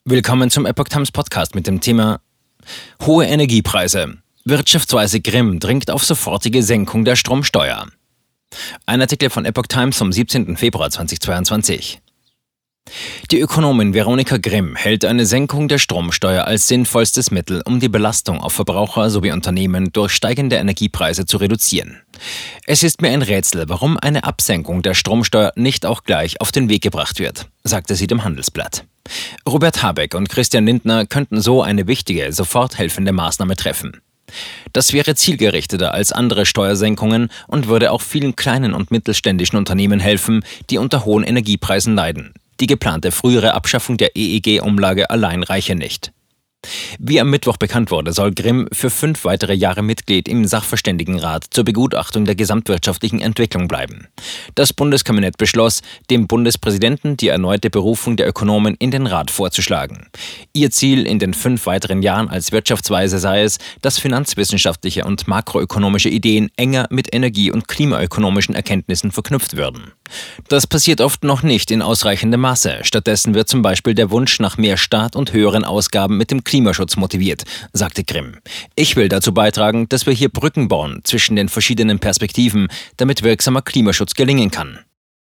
Willkommen zum Epoch Times Podcast mit dem Thema Hohe Energiepreise. Wirtschaftsweise Grimm dringt auf sofortige Senkung der Stromsteuer. Ein Artikel von Epoch Times vom 17. Februar 2022. Die Ökonomin Veronika Grimm hält eine Senkung der Stromsteuer als sinnvollstes Mittel, um die Belastung auf Verbraucher sowie Unternehmen durch steigende Energiepreise zu reduzieren. Es ist mir ein Rätsel, warum eine Absenkung der Stromsteuer nicht auch gleich auf den Weg gebracht wird, sagte sie dem Handelsblatt. Robert Habeck und Christian Lindner könnten so eine wichtige, sofort helfende Maßnahme treffen. Das wäre zielgerichteter als andere Steuersenkungen und würde auch vielen kleinen und mittelständischen Unternehmen helfen, die unter hohen Energiepreisen leiden. Die geplante frühere Abschaffung der EEG-Umlage allein reiche nicht. Wie am Mittwoch bekannt wurde, soll Grimm für 5 weitere Jahre Mitglied im Sachverständigenrat zur Begutachtung der gesamtwirtschaftlichen Entwicklung bleiben. Das Bundeskabinett beschloss, dem Bundespräsidenten die erneute Berufung der Ökonomen in den Rat vorzuschlagen. Ihr Ziel in den 5 weiteren Jahren als Wirtschaftsweise sei es, dass finanzwissenschaftliche und makroökonomische Ideen enger mit energie- und klimaökonomischen Erkenntnissen verknüpft würden. Das passiert oft noch nicht in ausreichendem Maße. Stattdessen wird zum Beispiel der Wunsch nach mehr Staat und höheren Ausgaben mit dem Klimaschutz motiviert, sagte Grimm. Ich will dazu beitragen, dass wir hier Brücken bauen zwischen den verschiedenen Perspektiven, damit wirksamer Klimaschutz gelingen kann.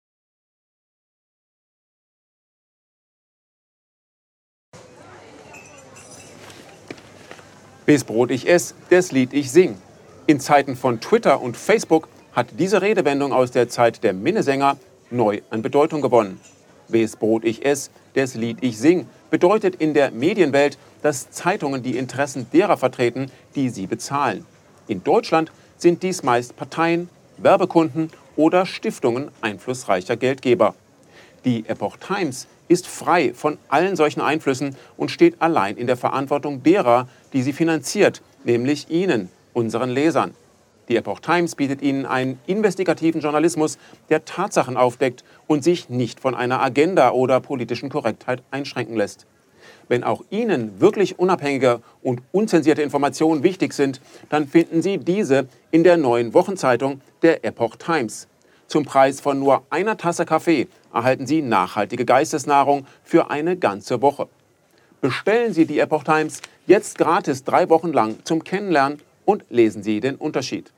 Wes Brot ich ess, des Lied ich sing. In Zeiten von Twitter und Facebook hat diese Redewendung aus der Zeit der Minnesänger neu an Bedeutung gewonnen. Wes Brot ich ess, des Lied ich sing bedeutet in der Medienwelt, dass Zeitungen die Interessen derer vertreten, die sie bezahlen. In Deutschland sind dies meist Parteien, Werbekunden oder Stiftungen einflussreicher Geldgeber. Die Epoch Times ist frei von allen solchen Einflüssen und steht allein in der Verantwortung derer, die sie finanziert, nämlich Ihnen, unseren Lesern. Die Epoch Times bietet Ihnen einen investigativen Journalismus, der Tatsachen aufdeckt und sich nicht von einer Agenda oder politischen Korrektheit einschränken lässt. Wenn auch Ihnen wirklich unabhängige und unzensierte Informationen wichtig sind, dann finden Sie diese in der neuen Wochenzeitung der Epoch Times. Zum Preis von nur einer Tasse Kaffee erhalten Sie nachhaltige Geistesnahrung für eine ganze Woche. Bestellen Sie die Epoch Times jetzt gratis 3 Wochen lang zum Kennenlernen und lesen Sie den Unterschied.